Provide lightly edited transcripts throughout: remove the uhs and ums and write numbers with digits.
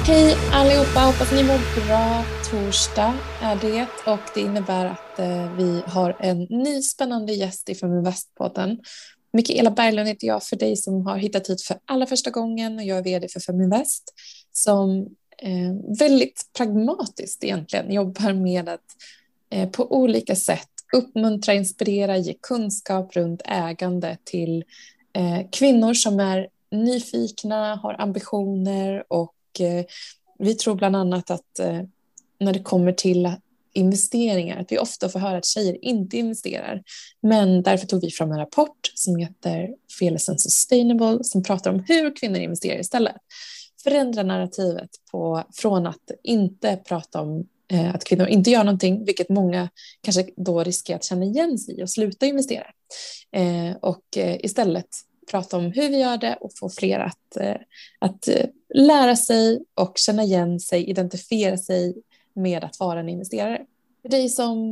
Hej allihopa, hoppas ni mår bra. Torsdag är det och det innebär att vi har en ny spännande gäst i Feminvest-podden. Mikaela Berglund heter jag, för dig som har hittat hit för allra första gången, och jag är vd för Feminvest som väldigt pragmatiskt egentligen jobbar med att på olika sätt uppmuntra, inspirera, ge kunskap runt ägande till kvinnor som är nyfikna, har ambitioner, och vi tror bland annat att när det kommer till investeringar, att vi ofta får höra att tjejer inte investerar. Men därför tog vi fram en rapport som heter Fearless and Sustainable, som pratar om hur kvinnor investerar istället. Förändra narrativet från att inte prata om att kvinnor inte gör någonting, vilket många kanske då riskerar att känna igen sig och sluta investera. Och istället prata om hur vi gör det och få fler att lära sig och känna igen sig, identifiera sig med att vara en investerare. För dig som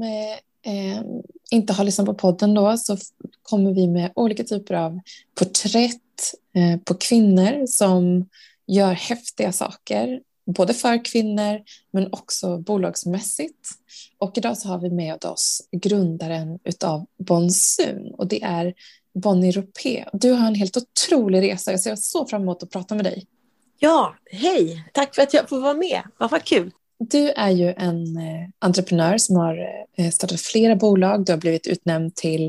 inte har lyssnat på podden då, så kommer vi med olika typer av porträtt på kvinnor som gör häftiga saker, både för kvinnor men också bolagsmässigt. Och idag så har vi med oss grundaren utav Bonsun, och det är Bonnie Ropé. Du har en helt otrolig resa. Jag ser så fram emot att prata med dig. Ja, hej. Tack för att jag får vara med. Vad kul. Du är ju en entreprenör som har startat flera bolag. Du har blivit utnämnd till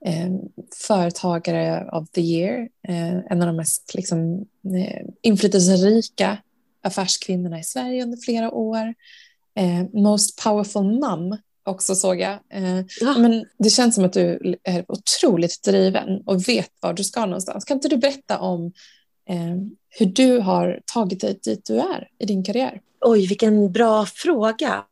företagare of the year. En av de mest inflytelserika affärskvinnorna i Sverige under flera år. Most powerful mom också, såg jag. Ja. Men det känns som att du är otroligt driven och vet var du ska någonstans. Kan inte du berätta om hur du har tagit dig dit du är i din karriär? Oj, vilken bra fråga.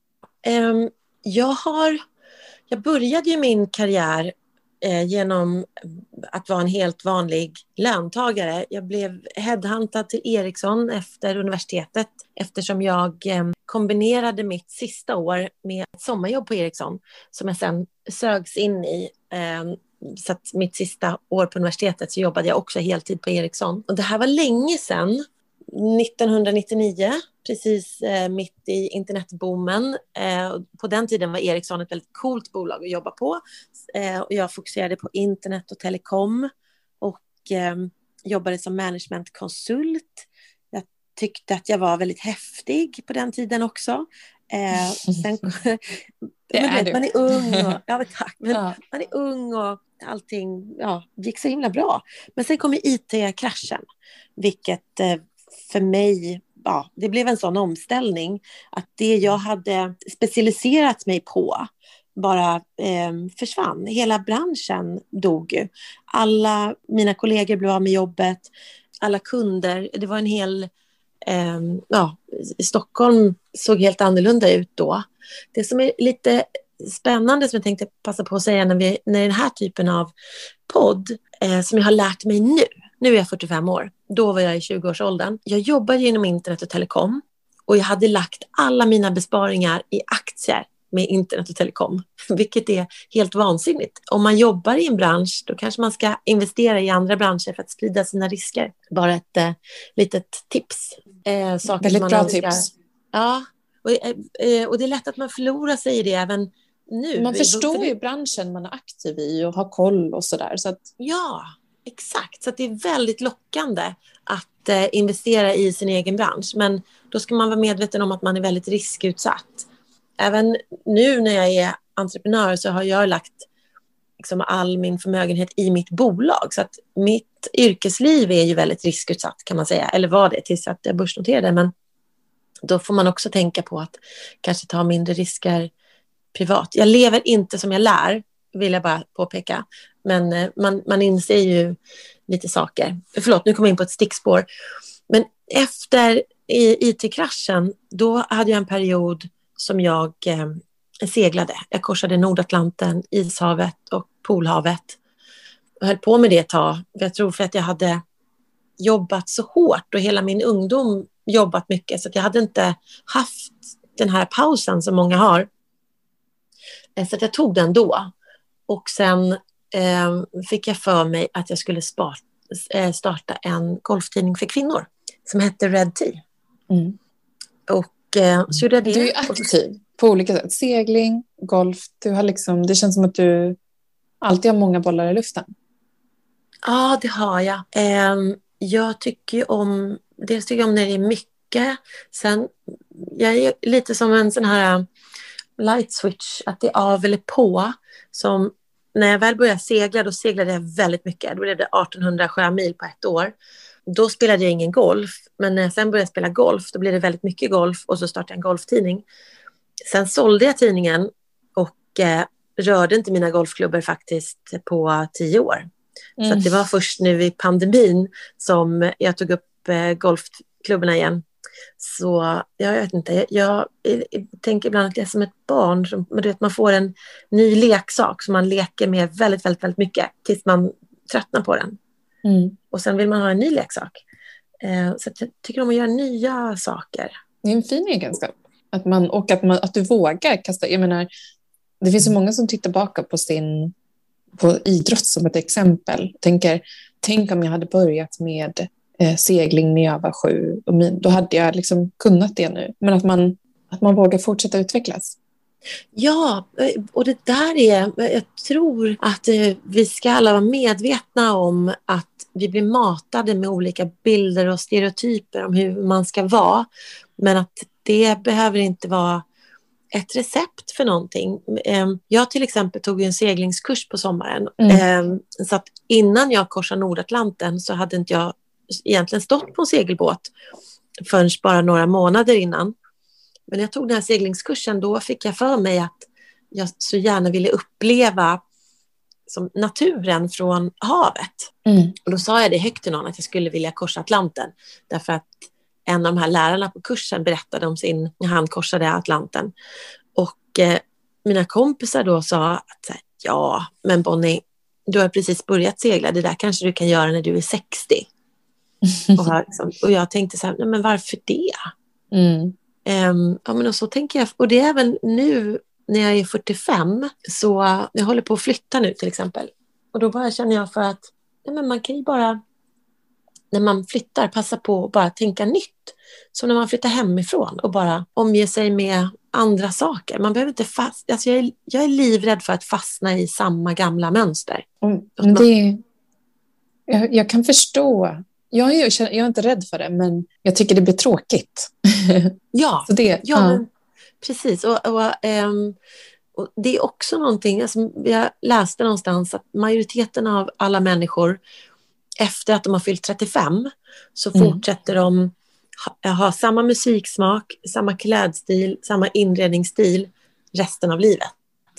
Jag började ju min karriär genom att vara en helt vanlig löntagare. Jag blev headhuntad till Ericsson efter universitetet, eftersom jag kombinerade mitt sista år med ett sommarjobb på Ericsson som jag sen sögs in i. Så att mitt sista år på universitetet så jobbade jag också heltid på Ericsson. Och det här var länge sedan, 1999, precis mitt i internetboomen. På den tiden var Ericsson ett väldigt coolt bolag att jobba på. Och jag fokuserade på internet och telekom och jobbade som managementkonsult. Jag tyckte att jag var väldigt häftig på den tiden också. Sen, man är ung och, ja, tack, men ja. Man är ung och allting gick så himla bra. Men sen kom IT-kraschen, vilket för mig, det blev en sån omställning att det jag hade specialiserat mig på bara försvann. Hela branschen dog ju. Alla mina kollegor blev av med jobbet. Alla kunder, det var en hel... Stockholm såg helt annorlunda ut då. Det som är lite spännande som jag tänkte passa på att säga när den här typen av podd som jag har lärt mig nu är jag 45 år, då var jag i 20-årsåldern. Jag jobbade inom internet och telekom och jag hade lagt alla mina besparingar i aktier med internet och telekom, vilket är helt vansinnigt. Om man jobbar i en bransch, då kanske man ska investera i andra branscher för att sprida sina risker. Bara ett litet tips. Väldigt bra tips. Ja, och det är lätt att man förlorar sig i det även nu. Man förstår ju branschen man är aktiv i och har koll och sådär. Så att... Ja, exakt. Så att det är väldigt lockande att investera i sin egen bransch. Men då ska man vara medveten om att man är väldigt riskutsatt. Även nu när jag är entreprenör så har jag lagt all min förmögenhet i mitt bolag. Så att mitt yrkesliv är ju väldigt riskutsatt, kan man säga. Eller var det tills att jag börsnoterade. Men då får man också tänka på att kanske ta mindre risker privat. Jag lever inte som jag lär, vill jag bara påpeka. Men man inser ju lite saker. Förlåt, nu kommer jag in på ett stickspår. Men efter IT-kraschen, då hade jag en period som jag seglade. Jag korsade Nordatlanten, Ishavet och Polhavet. Jag höll på med det ett tag. Jag tror för att jag hade jobbat så hårt och hela min ungdom jobbat mycket. Så att jag hade inte haft den här pausen som många har. Så att jag tog den då. Och sen fick jag för mig att jag skulle starta en golftidning för kvinnor som hette Red Tee. Mm. Och så gjorde jag det. Du är ju aktiv på olika sätt. Segling, golf. Du har liksom, det känns som att du alltid har många bollar i luften. Ja, det har jag. Jag tycker ju om, dels tycker jag om när det är mycket. Sen, jag är lite som en sån här light switch, att det är av eller på. Som när jag väl började segla, då seglade jag väldigt mycket. Då blev det 1800 sjömil på ett år. Då spelade jag ingen golf. Men när jag sen började spela golf, då blev det väldigt mycket golf. Och så startade jag en golftidning. Sen sålde jag tidningen och rörde inte mina golfklubbor faktiskt på 10 år. Så att det var först nu i pandemin som jag tog upp golfklubborna igen. Så jag vet inte, jag tänker ibland att det är som ett barn. Som, man får en ny leksak som man leker med väldigt, väldigt, väldigt mycket tills man tröttnar på den. Och sen vill man ha en ny leksak. Så jag tycker om att göra nya saker. Det är en fin egenskap. Att du vågar kasta. Jag menar, det finns så många som tittar tillbaka på idrott som ett exempel. Tänk om jag hade börjat med segling när jag var 7. Då hade jag liksom kunnat det nu. Men att man vågar fortsätta utvecklas. Ja, och det där är, jag tror att vi ska alla vara medvetna om att vi blir matade med olika bilder och stereotyper om hur man ska vara. Men att det behöver inte vara ett recept för någonting. Jag till exempel tog en seglingskurs på sommaren. Så att innan jag korsade Nordatlanten så hade inte jag egentligen stått på en segelbåt förrän bara några månader innan. Men när jag tog den här seglingskursen, då fick jag för mig att jag så gärna ville uppleva som naturen från havet. Och då sa jag det högt till någon att jag skulle vilja korsa Atlanten. Därför att en av de här lärarna på kursen berättade om när han korsade Atlanten. Och mina kompisar då sa att ja, men Bonnie, du har precis börjat segla. Det där kanske du kan göra när du är 60. Och jag tänkte så här, nej, men varför det? Ja, men och så tänker jag, och det är även nu när jag är 45, så jag håller på att flytta nu till exempel. Och då bara känner jag för att nej, men man kan ju bara, när man flyttar, passa på att bara tänka nytt. Som när man flyttar hemifrån och bara omger sig med andra saker. Man behöver inte alltså jag är livrädd för att fastna i samma gamla mönster. Jag kan förstå. Jag är inte rädd för det, men jag tycker det blir tråkigt. Ja, så det, men, precis. Och det är också någonting, alltså, jag läste någonstans att majoriteten av alla människor efter att de har fyllt 35 så fortsätter de ha samma musiksmak, samma klädstil, samma inredningsstil resten av livet.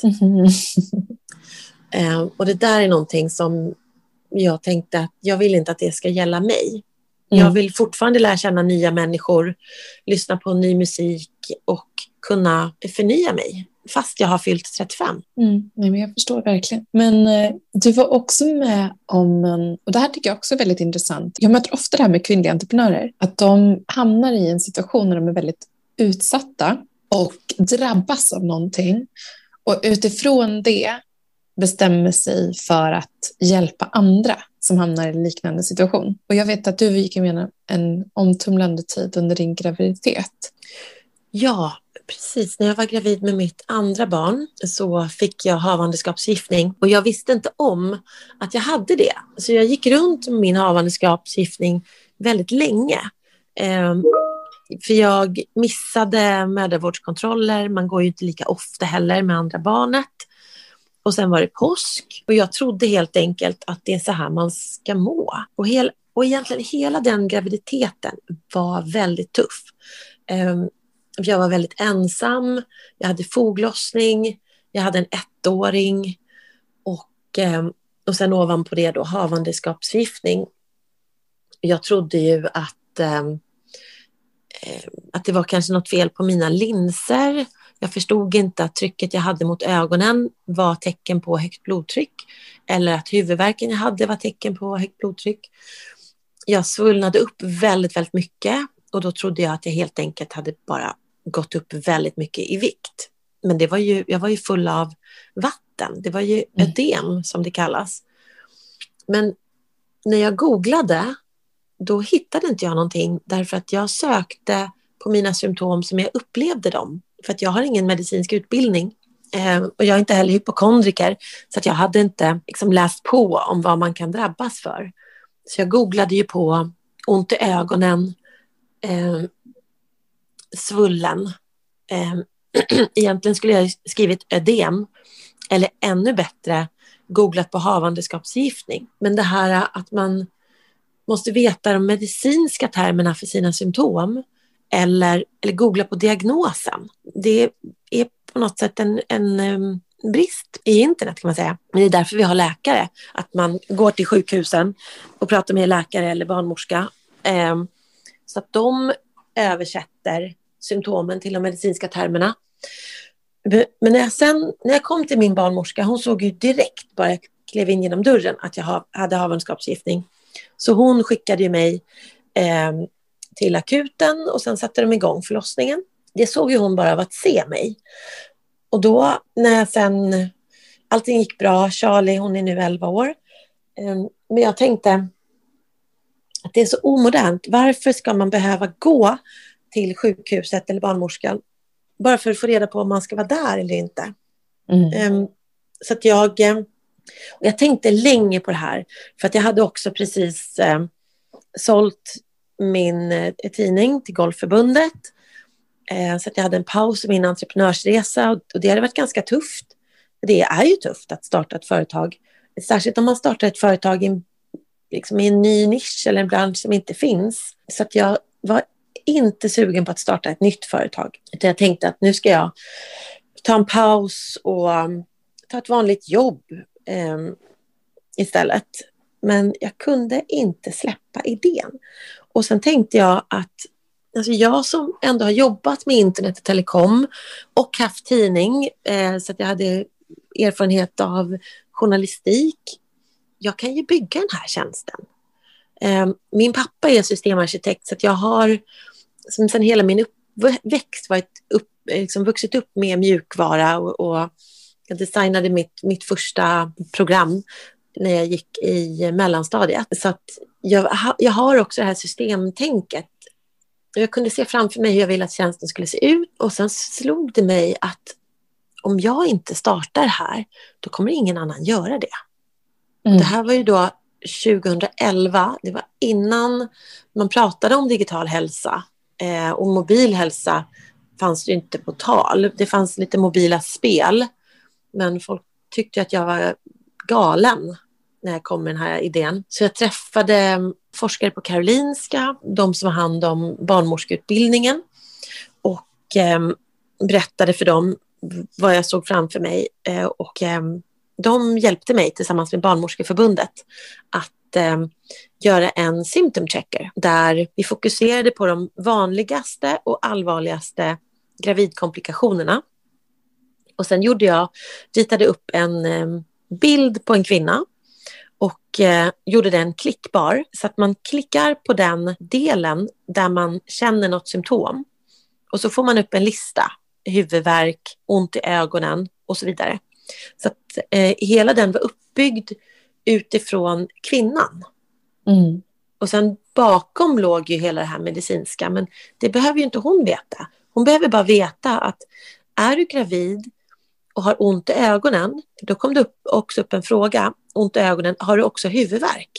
Och det där är någonting som jag tänkte att jag vill inte att det ska gälla mig. Jag vill fortfarande lära känna nya människor, lyssna på ny musik och kunna förnya mig fast jag har fyllt 35. Nej, men jag förstår verkligen. Men du var också med om, och det här tycker jag också är väldigt intressant. Jag möter ofta det här med kvinnliga entreprenörer, att de hamnar i en situation när de är väldigt utsatta och drabbas av någonting. Och utifrån det bestämmer sig för att hjälpa andra som hamnar i en liknande situation. Och jag vet att du gick igenom en omtumlande tid under din graviditet. Ja, precis. När jag var gravid med mitt andra barn så fick jag havandeskapsförgiftning. Och jag visste inte om att jag hade det. Så jag gick runt med min havandeskapsförgiftning väldigt länge. För jag missade mödravårdskontroller. Man går ju inte lika ofta heller med andra barnet. Och sen var det påsk. Och jag trodde helt enkelt att det är så här man ska må. Och egentligen hela den graviditeten var väldigt tuff. Jag var väldigt ensam. Jag hade foglossning. Jag hade en 1-åring. Och sen ovanpå det då havandeskapsförgiftning. Jag trodde ju att det var kanske något fel på mina linser. Jag förstod inte att trycket jag hade mot ögonen var tecken på högt blodtryck. Eller att huvudvärken jag hade var tecken på högt blodtryck. Jag svullnade upp väldigt, väldigt mycket. Och då trodde jag att jag helt enkelt hade bara gått upp väldigt mycket i vikt. Men jag var ju full av vatten. Det var ju ödem som det kallas. Men när jag googlade, då hittade inte jag någonting. Därför att jag sökte på mina symptom som jag upplevde dem. För att jag har ingen medicinsk utbildning. Och jag är inte heller hypokondriker. Så att jag hade inte liksom läst på om vad man kan drabbas för. Så jag googlade ju på ont i ögonen, svullen. Egentligen skulle jag skrivit ödem. Eller ännu bättre googlat på havandeskapsförgiftning. Men det här att man måste veta de medicinska termerna för sina symptom. Eller googla på diagnosen. Det är på något sätt en brist i internet kan man säga. Men det är därför vi har läkare. Att man går till sjukhusen och pratar med läkare eller barnmorska. Så att de översätter symptomen till de medicinska termerna. Men när jag kom till min barnmorska, hon såg ju direkt, bara jag klev in genom dörren, att jag hade havandeskapsförgiftning. Så hon skickade ju mig till akuten och sen satte de igång förlossningen. Det såg ju hon bara av att se mig. Och då när allting gick bra, Charlie, hon är nu 11 år. Men jag tänkte att det är så omodernt. Varför ska man behöva gå till sjukhuset eller barnmorskan bara för att få reda på om man ska vara där eller inte? Så att jag tänkte länge på det här. För att jag hade också precis sålt min tidning till Golfförbundet. Så att jag hade en paus i min entreprenörsresa. Och det hade varit ganska tufft. Det är ju tufft att starta ett företag. Särskilt om man startar ett företag i en ny nisch eller en bransch som inte finns. Så att jag var inte sugen på att starta ett nytt företag. Utan jag tänkte att nu ska jag ta en paus och ta ett vanligt jobb istället. Men jag kunde inte släppa idén. Och sen tänkte jag att jag som ändå har jobbat med internet och telekom och haft tidning så att jag hade erfarenhet av journalistik. Jag kan ju bygga den här tjänsten. Min pappa är systemarkitekt så att jag har sen hela min uppväxt vuxit upp med mjukvara och jag designade mitt första program när jag gick i mellanstadiet. Så att jag har också det här systemtänket. Jag kunde se framför mig hur jag ville att tjänsten skulle se ut. Och sen slog det mig att om jag inte startar här, då kommer ingen annan göra det. Det här var ju då 2011. Det var innan man pratade om digital hälsa. Och mobil hälsa fanns ju inte på tal. Det fanns lite mobila spel. Men folk tyckte att jag var galen när jag kom med den här idén. Så jag träffade forskare på Karolinska, de som har hand om barnmorskeutbildningen och berättade för dem vad jag såg framför mig. Och de hjälpte mig tillsammans med Barnmorskeförbundet att göra en symptom checker där vi fokuserade på de vanligaste och allvarligaste gravidkomplikationerna. Och sen ritade upp en bild på en kvinna och gjorde den klickbar så att man klickar på den delen där man känner något symptom. Och så får man upp en lista, huvudvärk, ont i ögonen och så vidare. Så att hela den var uppbyggd utifrån kvinnan. Och sen bakom låg ju hela det här medicinska, men det behöver ju inte hon veta. Hon behöver bara veta att är du gravid och har ont i ögonen, då kom det också upp en fråga. Ont i ögonen, har du också huvudvärk?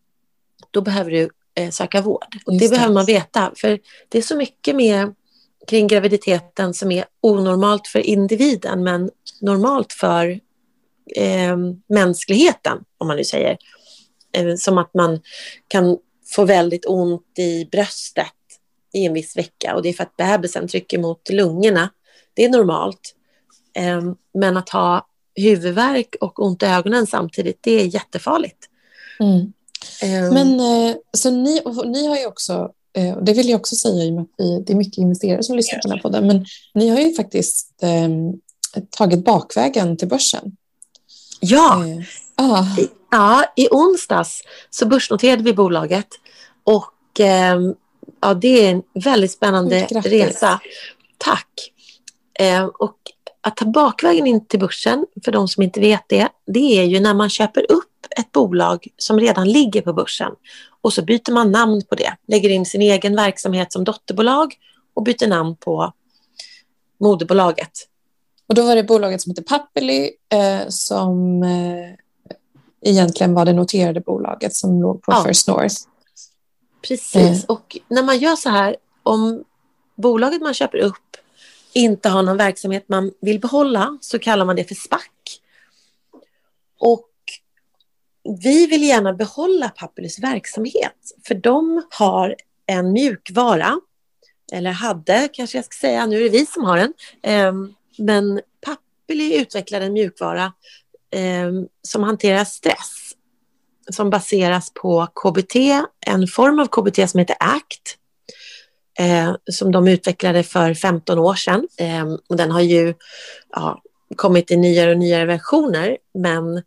Då behöver du söka vård. Och det behöver man veta. För det är så mycket med kring graviditeten som är onormalt för individen. Men normalt för mänskligheten, om man nu säger. Som att man kan få väldigt ont i bröstet i en viss vecka. Och det är för att bebisen trycker mot lungorna. Det är normalt. Men att ha huvudvärk och ont i ögonen samtidigt, det är jättefarligt. Men så ni har ju också, och det vill jag också säga i och med att det är mycket investerare som lyssnar på den här podden, men ni har ju faktiskt tagit bakvägen till börsen. Ja, i onsdags så börsnoterade vi bolaget och det är en väldigt spännande resa. Tack. Och att ta bakvägen in till börsen, för de som inte vet det är ju när man köper upp ett bolag som redan ligger på börsen och så byter man namn på det, lägger in sin egen verksamhet som dotterbolag och bytte namn på moderbolaget. Och då var det bolaget som heter Pappely som egentligen var det noterade bolaget som låg på First North. Precis, och när man gör så här, om bolaget man köper upp inte har någon verksamhet man vill behålla, så kallar man det för SPAC. Och vi vill gärna behålla Pappelys verksamhet, för de har en mjukvara, eller hade kanske jag ska säga, nu är det vi som har den. Men Pappely utvecklade en mjukvara som hanterar stress, som baseras på KBT, en form av KBT som heter ACT, som de utvecklade för 15 år sedan. Och den har ju kommit i nyare och nyare versioner, men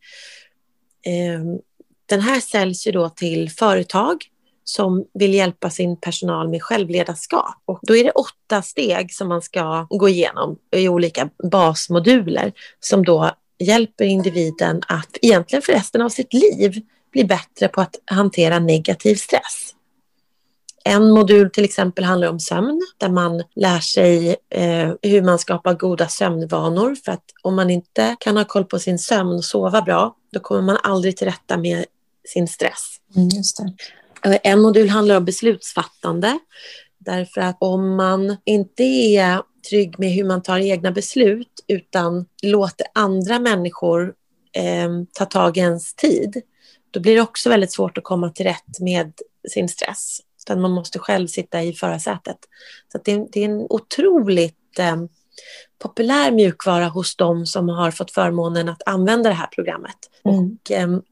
den här säljs ju då till företag som vill hjälpa sin personal med självledarskap. Och då är det 8 steg som man ska gå igenom i olika basmoduler som då hjälper individen att egentligen för resten av sitt liv bli bättre på att hantera negativ stress. En modul till exempel handlar om sömn, där man lär sig hur man skapar goda sömnvanor, för att om man inte kan ha koll på sin sömn och sova bra, då kommer man aldrig till rätta med sin stress. Just det. En modul handlar om beslutsfattande, därför att om man inte är trygg med hur man tar egna beslut utan låter andra människor ta tag i ens tid, då blir det också väldigt svårt att komma till rätt med sin stress. Utan man måste själv sitta i förarsätet. Så att det är en otroligt populär mjukvara hos de som har fått förmånen att använda det här programmet. Och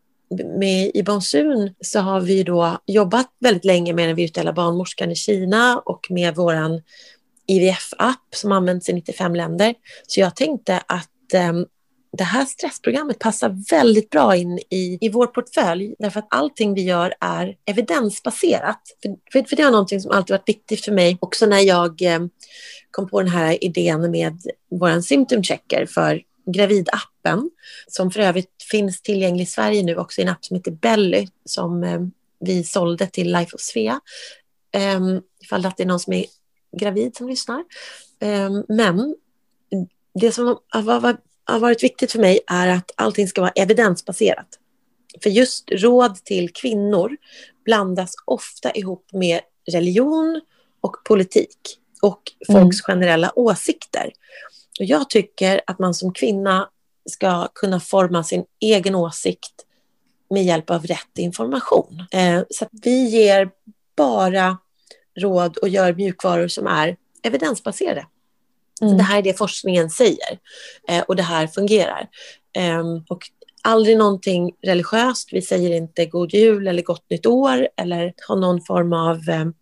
i Bonsun så har vi då jobbat väldigt länge med den virtuella barnmorskan i Kina och med våran IVF-app som används i 95 länder. Så jag tänkte att det här stressprogrammet passar väldigt bra in i vår portfölj, därför att allting vi gör är evidensbaserat. För det var någonting som alltid varit viktigt för mig, också när jag kom på den här idén med vår symptom checker för gravidappen, som för övrigt finns tillgänglig i Sverige nu också i en app som heter Belly, som vi sålde till Life of Svea. Ifall att det är någon som är gravid som lyssnar. Men det som har varit viktigt för mig är att allting ska vara evidensbaserat. För just råd till kvinnor blandas ofta ihop med religion och politik och folks generella åsikter. Och jag tycker att man som kvinna ska kunna forma sin egen åsikt med hjälp av rätt information. Så att vi ger bara råd och gör mjukvaror som är evidensbaserade. Så det här är det forskningen säger. Och det här fungerar. Och aldrig någonting religiöst. Vi säger inte god jul eller gott nytt år. Eller har någon form av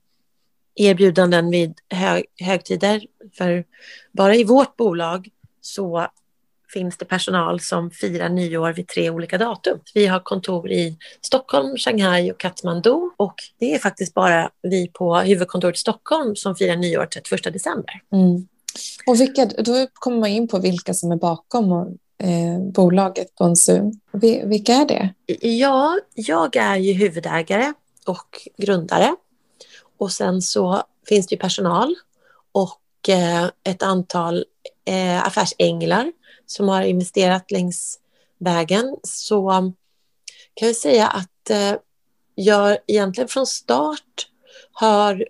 erbjudanden vid högtider. För bara i vårt bolag så finns det personal som firar nyår vid 3 olika datum. Vi har kontor i Stockholm, Shanghai och Kathmandu. Och det är faktiskt bara vi på huvudkontoret i Stockholm som firar nyår 31 december. Och då kommer man in på vilka som är bakom bolaget Bonsun. Vilka är det? Ja, jag är ju huvudägare och grundare. Och sen så finns det ju personal och ett antal affärsänglar som har investerat längs vägen. Så kan jag säga att jag egentligen från start har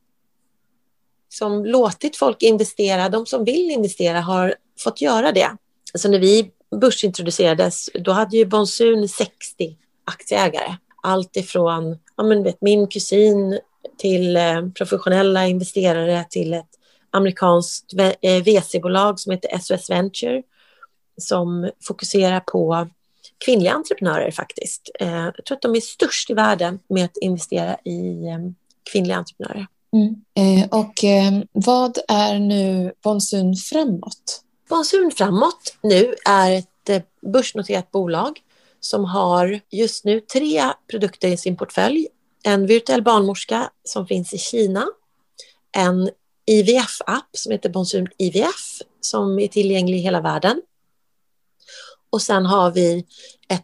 som låtit folk investera. De som vill investera har fått göra det. Så när vi börsintroducerades, då hade ju Bonsun 60 aktieägare. Allt ifrån min kusin till professionella investerare till ett amerikanskt VC-bolag som heter SOS Venture, som fokuserar på kvinnliga entreprenörer faktiskt. Jag tror att de är störst i världen med att investera i kvinnliga entreprenörer. Och vad är nu Bonsun framåt? Bonsun framåt nu är ett börsnoterat bolag som har just nu 3 produkter i sin portfölj. En virtuell barnmorska som finns i Kina. En IVF-app som heter Bonsun IVF som är tillgänglig i hela världen. Och sen har vi ett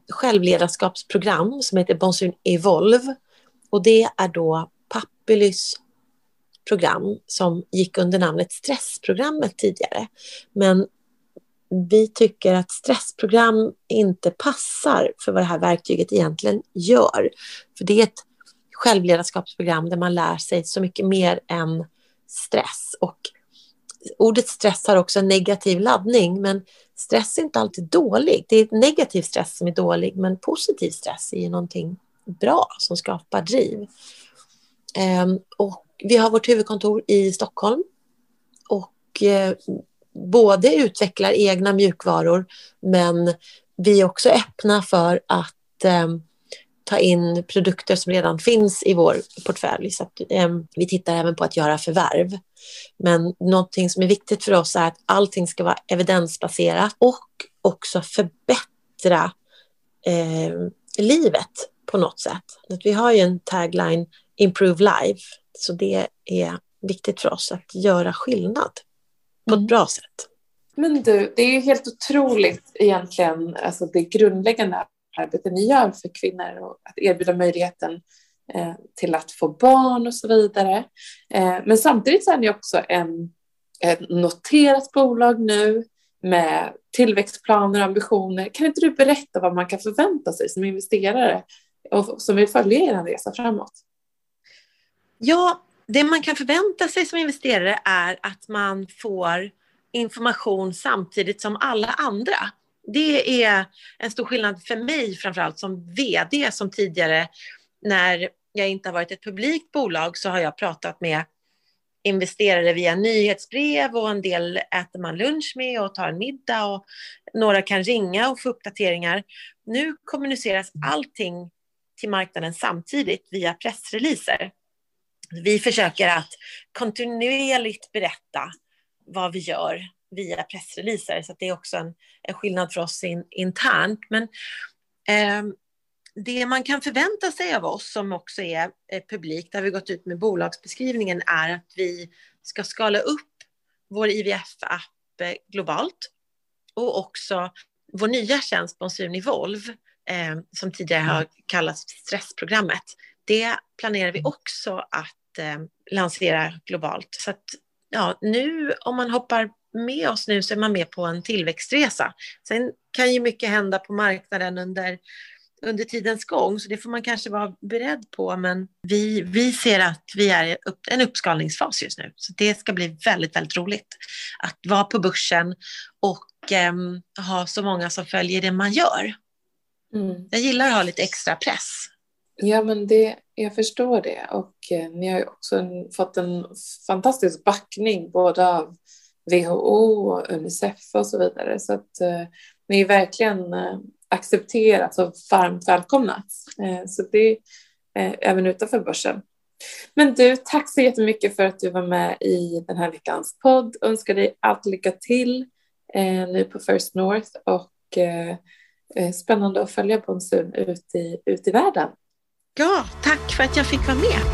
självledarskapsprogram som heter Bonsun Evolve. Och det är då Pappelys program som gick under namnet stressprogrammet tidigare. Men vi tycker att stressprogram inte passar för vad det här verktyget egentligen gör. För det är ett självledarskapsprogram där man lär sig så mycket mer än stress. Och ordet stress har också en negativ laddning, men stress är inte alltid dålig. Det är negativ stress som är dålig, men positiv stress är någonting bra som skapar driv. Och vi har vårt huvudkontor i Stockholm och både utvecklar egna mjukvaror, men vi är också öppna för att ta in produkter som redan finns i vår portfölj. Så att, vi tittar även på att göra förvärv. Men någonting som är viktigt för oss är att allting ska vara evidensbaserat och också förbättra livet på något sätt. Att vi har ju en tagline Improve Life, så det är viktigt för oss att göra skillnad på ett bra sätt. Men du, det är ju helt otroligt egentligen, alltså det grundläggande arbete ni gör för kvinnor och att erbjuda möjligheten till att få barn och så vidare. Men samtidigt så är ni också ett noterat bolag nu med tillväxtplaner och ambitioner. Kan inte du berätta vad man kan förvänta sig som investerare och som vill följa er resa framåt? Ja, det man kan förvänta sig som investerare är att man får information samtidigt som alla andra. Det är en stor skillnad för mig, framförallt som vd, som tidigare när jag inte har varit ett publikt bolag så har jag pratat med investerare via nyhetsbrev och en del äter man lunch med och tar en middag och några kan ringa och få uppdateringar. Nu kommuniceras allting till marknaden samtidigt via pressreleaser. Vi försöker att kontinuerligt berätta vad vi gör via pressreleaser, så att det är också en skillnad för oss internt. Men det man kan förvänta sig av oss som också är publikt, där vi gått ut med bolagsbeskrivningen, är att vi ska skala upp vår IVF-app globalt och också vår nya tjänst Bonsun Evolve, som tidigare har kallats stressprogrammet. Det planerar vi också att lansera globalt. Så att, ja, nu om man hoppar med oss nu så är man med på en tillväxtresa. Sen kan ju mycket hända på marknaden under tidens gång, så det får man kanske vara beredd på, men vi ser att vi är i en uppskalningsfas just nu, så det ska bli väldigt, väldigt roligt att vara på börsen och ha så många som följer det man gör. Jag gillar att ha lite extra press. Ja, men jag förstår det, och ni har ju också fått en fantastisk backning både av WHO och Unicef och så vidare, så att ni är verkligen accepterat och varmt välkomnat. Så det är även utanför börsen. Men du, tack så jättemycket för att du var med i den här veckans podd. Önskar dig allt lycka till nu på First North, och spännande att följa Bonsun ut i världen. Ja, tack för att jag fick vara med.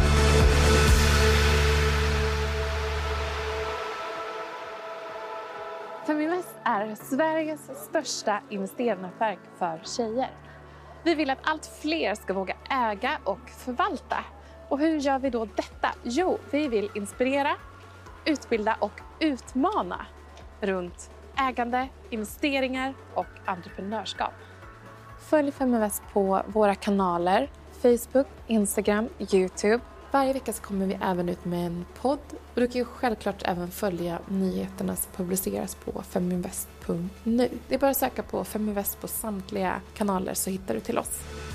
Feminvest är Sveriges största investeringsnätverk för tjejer. Vi vill att allt fler ska våga äga och förvalta. Och hur gör vi då detta? Jo, vi vill inspirera, utbilda och utmana runt ägande, investeringar och entreprenörskap. Följ Feminvest på våra kanaler Facebook, Instagram, YouTube. Varje vecka så kommer vi även ut med en podd, och du kan ju självklart även följa nyheterna som publiceras på feminvest.nu. Det är bara att söka på Feminvest på samtliga kanaler så hittar du till oss.